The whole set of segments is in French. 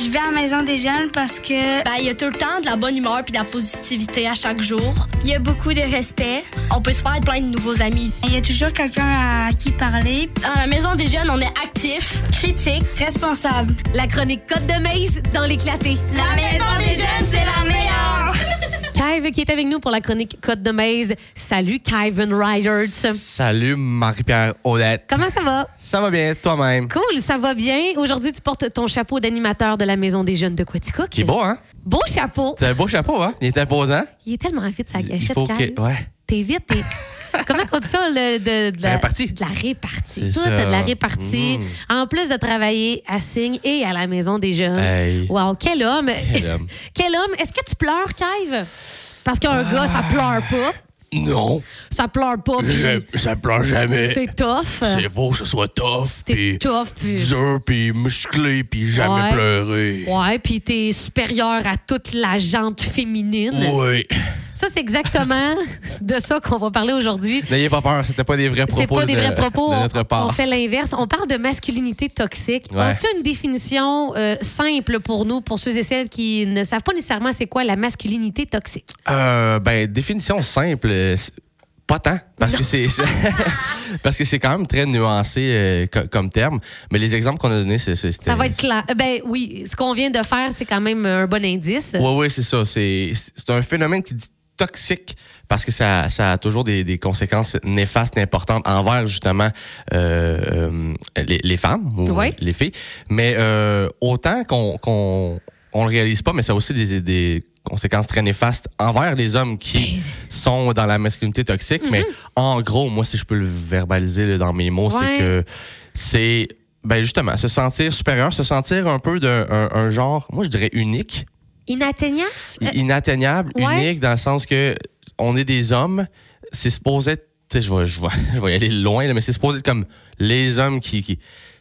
Je vais à la Maison des Jeunes parce que il y a tout le temps de la bonne humeur puis de la positivité à chaque jour. il y a beaucoup de respect. On peut se faire plein de nouveaux amis. Il y a toujours quelqu'un à qui parler. Dans la Maison des Jeunes, on est actif, Critique, responsable. La chronique Côte de Maze dans l'éclaté. La Maison des Jeunes, c'est la meilleure! Kyve qui est avec nous pour la chronique Côte de Maze. Salut Kyven Riders. Salut Marie-Pierre Audette. Comment ça va? Ça va bien, toi-même? Cool, ça va bien. Aujourd'hui, tu portes ton chapeau d'animateur de la Maison des Jeunes de Quaticook. Il est beau, hein? Beau chapeau. C'est un beau chapeau, hein? Il est imposant. Il est tellement vite, sa Il gâchette, faut Kyve. que... Ouais. T'es vite, t'es... Comment on dit ça? De la répartie. De la répartie. C'est Toi, t'as ça. de la répartie. En plus de travailler à Signe et à la Maison des Jeunes. Hey. Wow, quel homme. Quel homme. Quel homme. Est-ce que tu pleures, Kyve? Parce qu'un gars, ça pleure pas. Non, Ça pleure pas. puis ça pleure jamais. c'est tough. C'est beau que ce soit tough, T'es puis tough. Puis... dur, puis musclé, puis jamais Ouais. pleurer. Ouais, puis t'es supérieur à toute la jante féminine. Oui. Ça, c'est exactement de ça qu'on va parler aujourd'hui. N'ayez pas peur, c'était pas des vrais propos. C'est pas des vrais propos. de notre part. On fait l'inverse. On parle de masculinité toxique. Ouais. On a une définition simple pour nous, pour ceux et celles qui ne savent pas nécessairement c'est quoi la masculinité toxique. Définition simple. Pas tant, parce que parce que c'est quand même très nuancé comme terme. Mais les exemples qu'on a donnés, c'était... Ça va être clair. Ben oui, ce qu'on vient de faire, c'est quand même un bon indice. Oui, c'est ça. C'est un phénomène qui dit toxique parce que ça a toujours des conséquences néfastes importantes envers justement les femmes ou Ouais. les filles. Mais autant qu'on le réalise pas, mais ça a aussi des conséquences très néfastes envers les hommes qui sont dans la masculinité toxique. Mais en gros, moi, si je peux le verbaliser là, dans mes mots, Ouais. c'est que c'est justement se sentir supérieur, se sentir un peu d'un genre, moi je dirais unique. Inatteignable? Inatteignable, ouais. unique, dans le sens que on est des hommes, c'est supposé être, tu sais, je vais y aller loin, là, mais c'est supposé être comme les hommes qui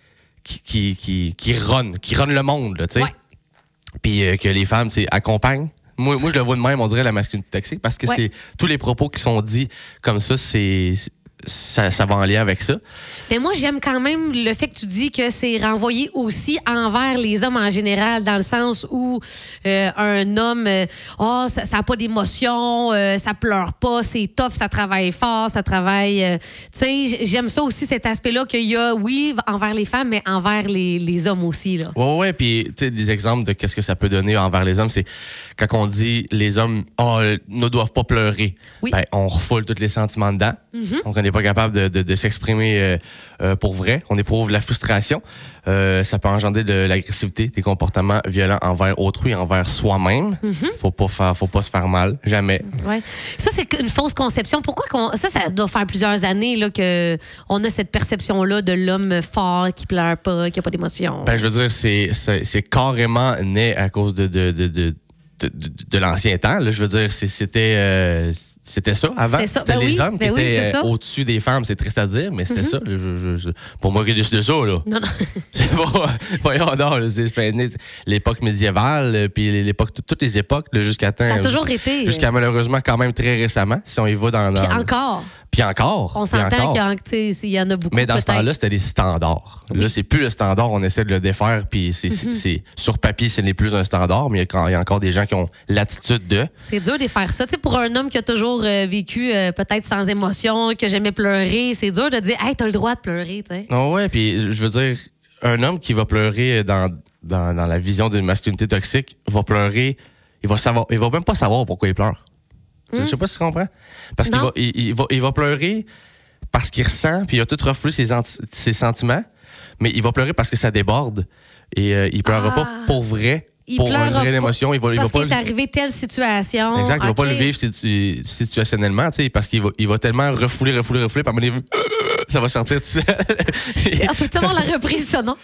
runnent le monde, là, tu sais. Ouais. Puis que les femmes, tu sais, accompagnent. Moi, je le vois de même, on dirait la masculinité toxique, parce que Ouais. c'est tous les propos qui sont dits comme ça, ça va en lien avec ça. Mais moi, j'aime quand même le fait que tu dis que c'est renvoyé aussi envers les hommes en général, dans le sens où un homme, ça n'a pas d'émotion, ça pleure pas, c'est tough, ça travaille fort, ça travaille... tu sais, j'aime ça aussi, cet aspect-là qu'il y a, oui, envers les femmes, mais envers les hommes aussi, là. Ouais, puis tu sais, des exemples de qu'est-ce que ça peut donner envers les hommes, c'est quand on dit les hommes ne doivent pas pleurer. Oui. Ben, on refoule tous les sentiments dedans. Donc, on n'est pas capable de s'exprimer pour vrai. On éprouve la frustration. Ça peut engendrer de l'agressivité, des comportements violents envers autrui, envers soi-même. Faut pas se faire mal, jamais. Ouais. Ça, c'est une fausse conception. Pourquoi ça doit faire plusieurs années là, qu'on a cette perception-là de l'homme fort qui pleure pas, qui a pas d'émotion. Ben, je veux dire, c'est carrément né à cause de l'ancien temps. Là. Je veux dire, c'était ça avant. C'était ça. C'était Ben les oui, hommes ben qui oui, c'est étaient ça. au-dessus des femmes. C'est triste à dire, mais c'était ça. Pour moi, qui décide de ça, là. Non. Voyons donc, là, c'est l'époque médiévale, puis l'époque, toutes les époques, là, jusqu'à temps. Ça a toujours été. Jusqu'à malheureusement quand même très récemment, si on y va dans. Puis encore. Puis encore. On puis s'entend encore. qu'il y en a beaucoup. Mais dans ce peut-être. temps-là, c'était des standards. Oui. Là, c'est plus le standard, on essaie de le défaire, puis c'est sur papier, ce n'est plus un standard, mais il y a encore des gens qui ont l'attitude de. C'est dur de faire ça. Tu sais, pour un homme qui a toujours vécu peut-être sans émotion, qui a jamais pleuré, c'est dur de dire, hey, t'as le droit de pleurer, tu sais. Non, ouais, puis je veux dire, un homme qui va pleurer dans la vision d'une masculinité toxique va pleurer, il va même pas savoir pourquoi il pleure. Je sais pas si tu comprends. Parce Non. qu'il va pleurer parce qu'il ressent, puis il va tout refouler ses sentiments, mais il va pleurer parce que ça déborde. Et il pleurera pas pour vrai. Il pour une pleurera vraie pas émotion, il va parce pas qu'il est arrivé telle situation. Exact, il va pas Ok. le vivre situationnellement, tu sais, parce qu'il va tellement refouler, puis à un moment donné, ça va sortir tout seul. Peux-tu avoir la reprise sonore?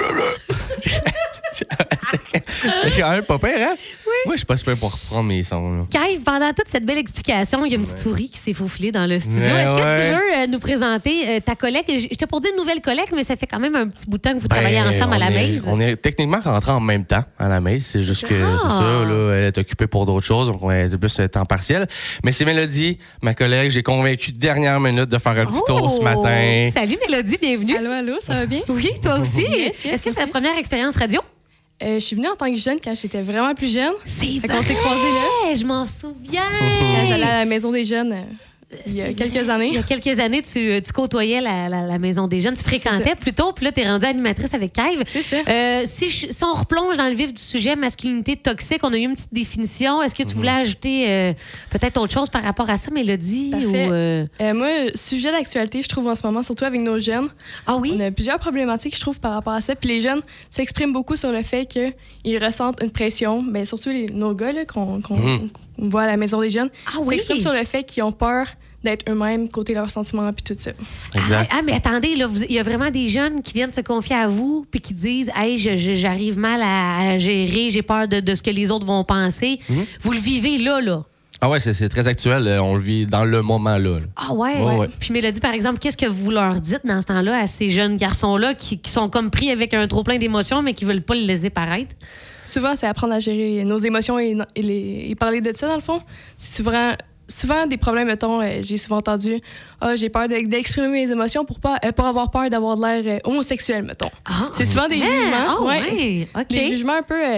C'est quand même pas pire, hein? Oui. Moi, je suis pas super pour reprendre mes sons, là. Kyve, pendant toute cette belle explication, il y a une petite souris qui s'est faufilée dans le studio. Ouais, Est-ce que ouais. tu veux nous présenter ta collègue? J'étais pour dire une nouvelle collègue, mais ça fait quand même un petit bout de temps que vous travaillez ensemble à la Maze. On est techniquement rentrés en même temps à la Maze. C'est juste que c'est ça, là, elle est occupée pour d'autres choses, donc on est plus temps partiel. Mais c'est Mélodie, ma collègue, j'ai convaincu dernière minute de faire un petit tour ce matin. Salut Mélodie, bienvenue. Allô, ça va bien? Oui, toi aussi. Yes, Est-ce que c'est moi la première expérience radio? Je suis venue en tant que jeune quand j'étais vraiment plus jeune. C'est Fait vrai! qu'on s'est croisés là. Je m'en souviens! Quand j'allais à la Maison des jeunes il y a quelques années. Il y a quelques années, tu côtoyais la Maison des Jeunes. Tu fréquentais plutôt, puis là, tu es rendue animatrice avec Kev. C'est ça. Si on replonge dans le vif du sujet, masculinité toxique, on a eu une petite définition. Est-ce que tu voulais ajouter peut-être autre chose par rapport à ça, Mélodie? Parfait. Moi, sujet d'actualité, je trouve en ce moment, surtout avec nos jeunes. Ah oui? On a plusieurs problématiques, je trouve, par rapport à ça. Puis les jeunes s'expriment beaucoup sur le fait qu'ils ressentent une pression. Bien, surtout nos gars là, qu'on voit à la Maison des Jeunes. Ah oui? S'expriment sur le fait qu'ils ont peur d'être eux-mêmes, côté leurs sentiments, puis tout ça. Exact. Mais attendez, là, il y a vraiment des jeunes qui viennent se confier à vous puis qui disent « Hey, j'arrive mal à gérer, j'ai peur de ce que les autres vont penser. Vous le vivez là. Ah ouais, c'est très actuel. On le vit dans le moment là. Ah ouais? Ouais. Puis Mélodie, par exemple, qu'est-ce que vous leur dites dans ce temps-là à ces jeunes garçons-là qui sont comme pris avec un trop-plein d'émotions mais qui veulent pas le laisser paraître? Souvent, c'est apprendre à gérer nos émotions et parler de ça, dans le fond. C'est souvent des problèmes, mettons, j'ai souvent entendu j'ai peur d'exprimer mes émotions pour avoir peur d'avoir de l'air homosexuel, mettons. C'est souvent des jugements. OK. Des jugements un peu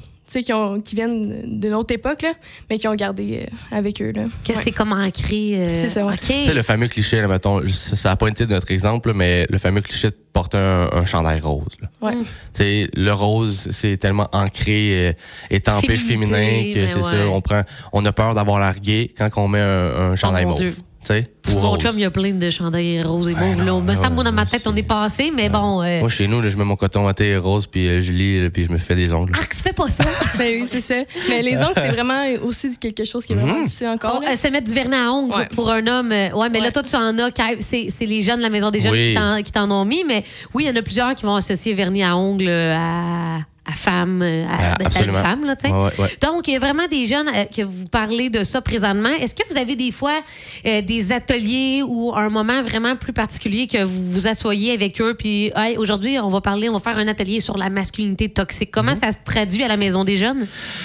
qui viennent de notre époque, là, mais qui ont gardé avec eux. Là. Que c'est comme ancré. C'est ça, ouais. OK. Tu sais, le fameux cliché, là, mettons, ça n'a pas été notre exemple, là, mais le fameux cliché de porter un chandail rose. Là. Ouais. Tu sais, le rose, c'est tellement ancré, étampé Féminité, féminin que c'est ça. On a peur d'avoir l'air gay quand on met un chandail mon mauve. Dieu. Tu sais, ou Mon rose. chum, il y a plein de chandails roses et mauves. Là. Me semble, dans ma tête, on est passé, mais bon. Moi, chez nous, là, je mets mon coton watté rose, puis je lis, puis je me fais des ongles. Ah, tu fais pas ça? Ben oui, c'est ça. Mais les ongles, c'est vraiment aussi quelque chose qui est vraiment difficile encore. Là. Se mettre du vernis à ongles Ouais. pour un homme. Mais là, toi, tu en as. C'est les jeunes de la Maison des Jeunes Oui. qui t'en ont mis. Mais oui, il y en a plusieurs qui vont associer vernis à ongles à femme, c'est une Absolument. femme, là, tu sais. Ouais. Donc, il y a vraiment des jeunes que vous parlez de ça présentement. Est-ce que vous avez des fois des ateliers ou un moment vraiment plus particulier que vous vous asseyez avec eux, puis hey, aujourd'hui, on va faire un atelier sur la masculinité toxique. Comment ça se traduit à la Maison des Jeunes?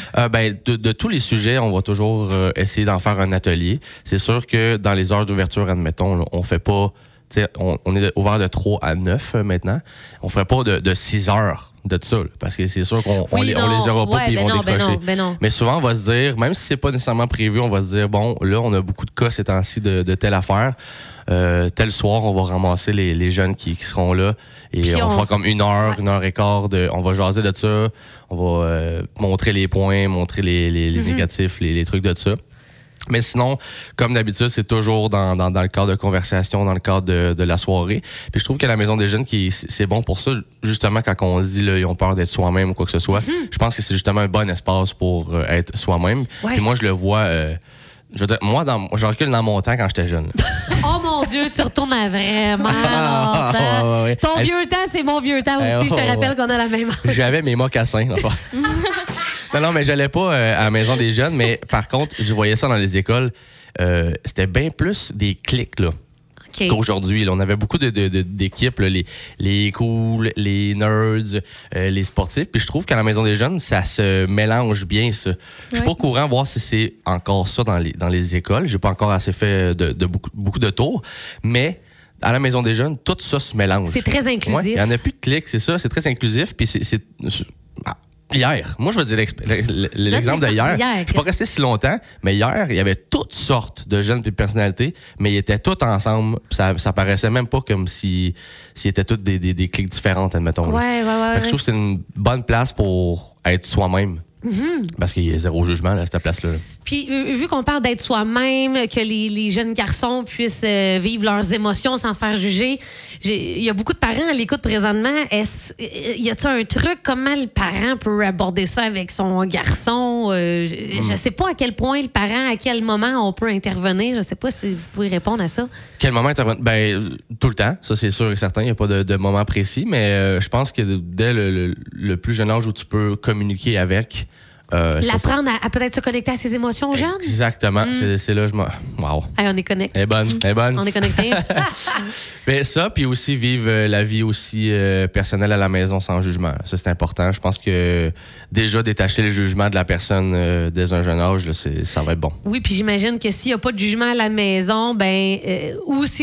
De tous les sujets, on va toujours essayer d'en faire un atelier. C'est sûr que dans les heures d'ouverture, admettons, là, on fait pas... T'sais, on est ouvert de 3 à 9 maintenant. On ferait pas de 6 heures de ça, là, parce que c'est sûr qu'on les aura pas, puis ils vont décrocher. Mais souvent, on va se dire, même si c'est pas nécessairement prévu, on va se dire, bon, là, on a beaucoup de cas ces temps-ci de telle affaire. Tel soir, on va ramasser les jeunes qui seront là. Et puis on va faire comme 1 heure, 1 heure et quart. On va jaser de ça. On va montrer les points, montrer les négatifs, les trucs de ça. Mais sinon, comme d'habitude, c'est toujours dans le cadre de conversation, dans le cadre de la soirée. Puis je trouve qu'à la Maison des Jeunes, c'est bon pour ça, justement, quand on se dit là, ils ont peur d'être soi-même ou quoi que ce soit. Je pense que c'est justement un bon espace pour être soi-même. Ouais. Puis moi, je le vois... je veux dire, moi, je recule dans mon temps quand j'étais jeune. Oh mon Dieu, tu retournes à vraiment longtemps. Ouais. Ton vieux temps, c'est mon vieux temps aussi. Je te rappelle qu'on a la même âge. J'avais mes mocassins. Non, mais j'allais pas à la Maison des Jeunes, mais par contre, je voyais ça dans les écoles. C'était bien plus des clics, là. Okay. Qu'aujourd'hui, là, on avait beaucoup d'équipes, là, les cools, les nerds, les sportifs. Puis je trouve qu'à la Maison des Jeunes, ça se mélange bien, ça. Je suis pas au courant voir si c'est encore ça dans les écoles. J'ai pas encore assez fait de beaucoup de tours. Mais à la Maison des Jeunes, tout ça se mélange. C'est très inclusif. Il y en a plus de clics, c'est ça. C'est très inclusif. Puis hier, moi je veux dire l'exemple de hier. Je suis pas resté si longtemps, mais hier, il y avait toutes sortes de jeunes et de personnalités, mais ils étaient tous ensemble. Ça paraissait même pas comme s'ils étaient tous des cliques différentes, admettons. Ouais. Fait que je trouve que c'est une bonne place pour être soi-même. Parce qu'il y a zéro jugement là, à cette place-là. Puis, vu qu'on parle d'être soi-même, que les jeunes garçons puissent vivre leurs émotions sans se faire juger, il y a beaucoup de parents à l'écoute présentement. Y a-t-il un truc, comment le parent peut aborder ça avec son garçon? Je sais pas à quel point le parent, à quel moment on peut intervenir. Je sais pas si vous pouvez répondre à ça. Quel moment intervenir? Ben, tout le temps, ça c'est sûr et certain. Il n'y a pas de moment précis, mais je pense que dès le plus jeune âge où tu peux communiquer avec... l'apprendre à peut-être se connecter à ses émotions jeunes? Exactement. C'est là, wow. Hey, on est connectés. Elle est bonne. On est connectés. Mais ça, puis aussi vivre la vie aussi personnelle à la maison sans jugement. Ça, c'est important. Je pense que déjà détacher le jugement de la personne dès un jeune âge, là, ça va être bon. Oui, puis j'imagine que s'il n'y a pas de jugement à la maison, ou si je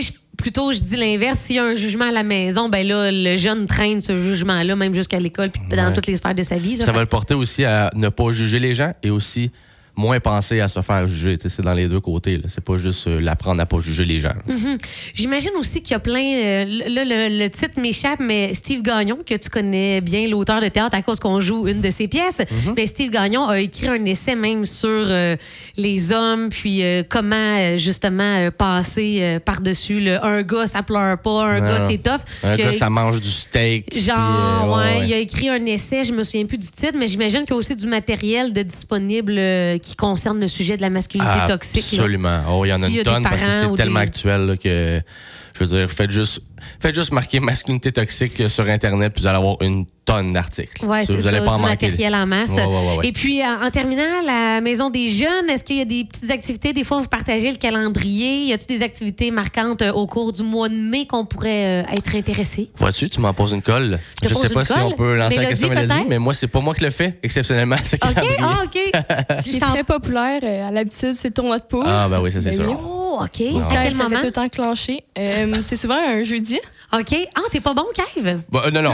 plutôt, je dis l'inverse. S'il y a un jugement à la maison, ben là, le jeune traîne ce jugement-là, même jusqu'à l'école, puis dans toutes les sphères de sa vie. Là. Ça va le porter aussi à ne pas juger les gens et aussi moins penser à se faire juger. C'est dans les deux côtés. Là. C'est pas juste l'apprendre à pas juger les gens. J'imagine aussi qu'il y a plein... là, le titre m'échappe, mais Steve Gagnon, que tu connais bien, l'auteur de théâtre, à cause qu'on joue une de ses pièces. Mais Steve Gagnon a écrit un essai même sur les hommes, puis comment, justement, passer par-dessus un gars, ça pleure pas, un gars, c'est tough. Un gars, ça mange du steak. Genre, il a écrit un essai, je me souviens plus du titre, mais j'imagine qu'il y a aussi du matériel disponible qui concerne le sujet de la masculinité toxique. Absolument. Oh, il y en a une tonne parce que c'est tellement actuel là, que, je veux dire, faites juste marquer masculinité toxique sur Internet, puis vous allez avoir une tonne d'articles. Oui, c'est vous ça, allez pas du matériel en masse. Ouais. Et puis, en terminant, la Maison des jeunes, est-ce qu'il y a des petites activités? Des fois, vous partagez le calendrier. Y a-t-il des activités marquantes au cours du mois de mai qu'on pourrait être intéressé? Vois-tu, tu m'en poses une colle. Je sais pas si on peut lancer la question Mélodie, mais moi, c'est pas moi qui le fais, exceptionnellement. C'est OK. C'est très populaire. À l'habitude, c'est le tournoi de poule. Ah, ben oui, ça, c'est sûr. Oh, OK. À quel moment? Ça fait tout le temps clencher. C'est souvent un jeudi. OK. Ah, t'es pas bon, Kev? Non,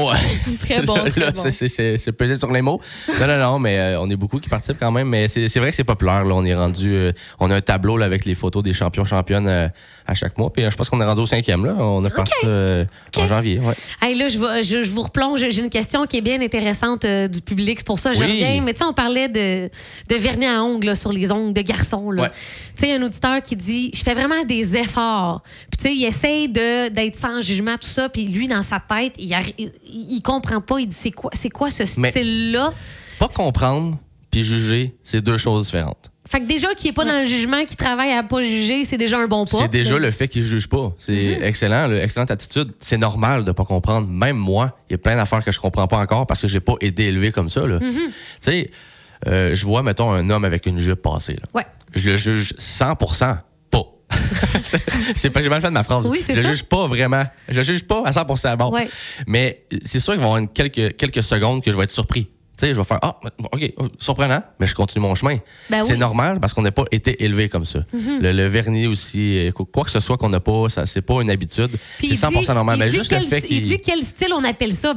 Très bon. Là, c'est peut-être sur les mots. Non, mais on est beaucoup qui participent quand même. Mais c'est vrai que c'est populaire. Là. On est rendu... on a un tableau là, avec les photos des championnes à chaque mois. Puis je pense qu'on est rendu au 5e. Là. On a passé en janvier. Ouais. Hey, là, je vous replonge. J'ai une question qui est bien intéressante du public. C'est pour ça que je reviens. Mais tu sais, on parlait de vernis à ongles là, sur les ongles de garçons. Tu sais, un auditeur qui dit « Je fais vraiment des efforts. » Puis tu sais, il essaye d'être sans jugement, tout ça. Puis lui, dans sa tête, il comprend pas. Il dit c'est quoi ce style-là? Pas comprendre puis juger, c'est deux choses différentes. Fait que déjà qu'il n'est pas dans le jugement, qu'il travaille à pas juger, c'est déjà un bon pas. C'est déjà le fait qu'il ne juge pas. C'est excellent, excellente attitude. C'est normal de ne pas comprendre. Même moi, il y a plein d'affaires que je comprends pas encore parce que j'ai pas été élevé comme ça. Tu sais, je vois, mettons, un homme avec une jupe passée. Là. Ouais. Je le juge 100% pas. J'ai mal fait de ma phrase. Oui, c'est je ça. le juge pas vraiment. Je le juge pas à 100%. Bon. Ouais. Mais c'est sûr qu'il va y avoir quelques secondes que je vais être surpris. Tu sais, je vais faire OK, surprenant, mais je continue mon chemin. C'est normal parce qu'on n'a pas été élevé comme ça. Le vernis aussi, quoi que ce soit qu'on n'a pas, c'est pas une habitude. C'est 100% normal. Mais juste le fait il dit quel style on appelle ça.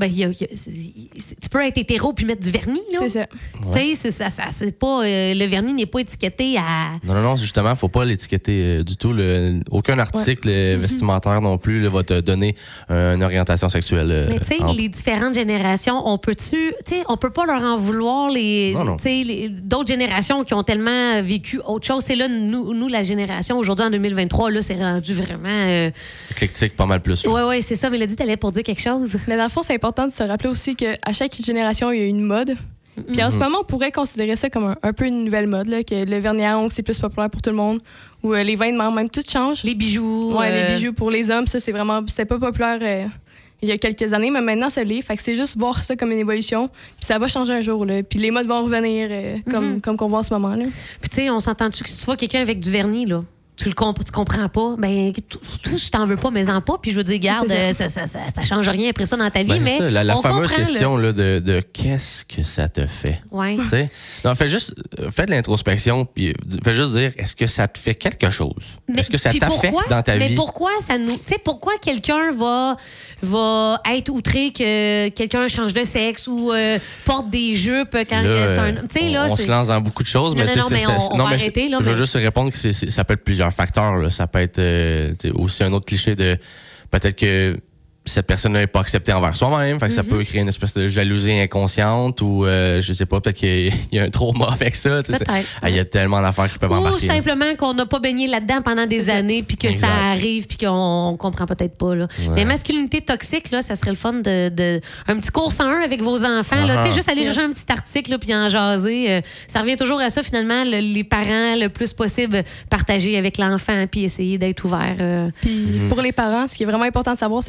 Tu peux être hétéro puis mettre du vernis. Là. C'est ça. Tu sais, c'est pas, le vernis n'est pas étiqueté à... Non, justement, il ne faut pas l'étiqueter du tout. Aucun article vestimentaire non plus va te donner une orientation sexuelle. Mais tu sais, les différentes générations, on peut pas leur en vouloir d'autres générations qui ont tellement vécu autre chose. C'est là, nous, la génération, aujourd'hui, en 2023, là, c'est rendu vraiment... éclectique, pas mal plus. Oui, c'est ça. Mélodie, t'allais pour dire quelque chose? Mais dans le fond, c'est important de se rappeler aussi qu'à chaque génération, il y a une mode. Puis en ce moment, on pourrait considérer ça comme un peu une nouvelle mode, là, que le vernis à ongles, c'est plus populaire pour tout le monde. Ou les vêtements, même, tout change. Les bijoux. Les bijoux pour les hommes, ça, c'était pas populaire... il y a quelques années, mais maintenant, ça l'est. Fait que c'est juste voir ça comme une évolution. Puis ça va changer un jour, là. Puis les modes vont revenir comme qu'on voit en ce moment, là. Puis tu sais, on s'entend-tu que si tu vois quelqu'un avec du vernis, là, tu comprends pas, ben tout si t'en veux pas, mais en pas. Puis je veux dire, garde, ça change rien après ça dans ta vie, mais ça, la fameuse comprend, question là, de qu'est-ce que ça te fait? Ouais. Non, fais de l'introspection, puis fais juste dire, est-ce que ça te fait quelque chose? Est-ce que ça t'affecte dans ta vie? Mais pourquoi ça nous... Tu sais, pourquoi quelqu'un va être outré que quelqu'un change de sexe ou porte des jupes quand c'est un homme? On se lance dans beaucoup de choses, mais on va arrêter. Là, je veux juste répondre que ça peut être plusieurs facteurs. Là. Ça peut être aussi un autre cliché de peut-être que cette personne n'est pas acceptée envers soi-même. Fait que ça peut créer une espèce de jalousie inconsciente ou, je sais pas, peut-être qu'il y a un trauma avec ça. Il y a tellement d'affaires qui peuvent embarquer. Ou simplement qu'on n'a pas baigné là-dedans pendant des années puis que ça arrive puis qu'on comprend peut-être pas. Là. Ouais. Mais masculinité toxique, là, ça serait le fun de un petit cours 101 avec vos enfants. Là, juste aller chercher un petit article puis en jaser. Ça revient toujours à ça, finalement, les parents, le plus possible, partager avec l'enfant puis essayer d'être ouvert. Puis pour les parents, ce qui est vraiment important de savoir, c'est qu'à l'adolescence,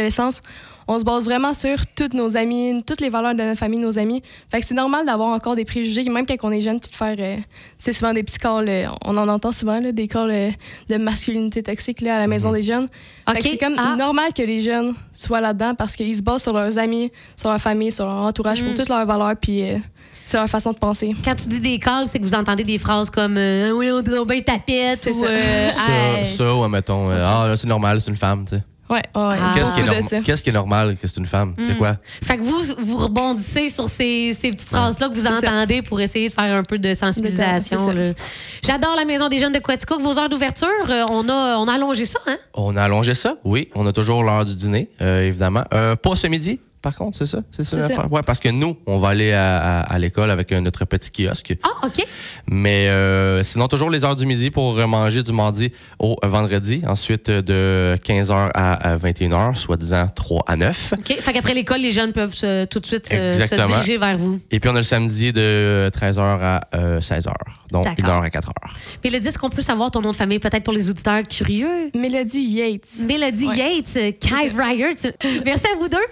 l'adolescence, on se base vraiment sur toutes nos amis, toutes les valeurs de notre famille, nos amis. Fait que c'est normal d'avoir encore des préjugés, même quand on est jeune, puis de faire, c'est souvent des petits calls, on en entend souvent, là, des calls de masculinité toxique là, à la maison des jeunes. Fait que c'est comme normal que les jeunes soient là-dedans parce qu'ils se basent sur leurs amis, sur leur famille, sur leur entourage, pour toutes leurs valeurs, puis c'est leur façon de penser. Quand tu dis des calls, c'est que vous entendez des phrases comme oui, on doit bien tapette. C'est ou, ça. Ça, ouais, mettons, là, c'est normal, c'est une femme, tu sais. Ouais. Qu'est-ce qui est normal que c'est une femme? Tu sais quoi? Fait que vous rebondissez sur ces petites phrases-là que vous entendez pour essayer de faire un peu de sensibilisation. Là. J'adore la Maison des jeunes de Quaticook. Vos heures d'ouverture, on a allongé ça, hein? On a allongé ça, oui. On a toujours l'heure du dîner, évidemment. Pas ce midi. Par contre, c'est ça l'affaire. Ouais, parce que nous, on va aller à l'école avec notre petit kiosque. Ah, OK. Mais sinon, toujours les heures du midi pour manger du mardi au vendredi. Ensuite, de 15h à 21h, soit disant 3 à 9. OK. Fait qu'après l'école, les jeunes peuvent tout de suite se diriger vers vous. Et puis, on a le samedi de 13h à 16h. Donc, 1h à 4h. Mélodie, est-ce qu'on peut savoir ton nom de famille, peut-être pour les auditeurs curieux? Mélodie Yates. Mélodie Yates, Kai Ryert. Merci à vous deux.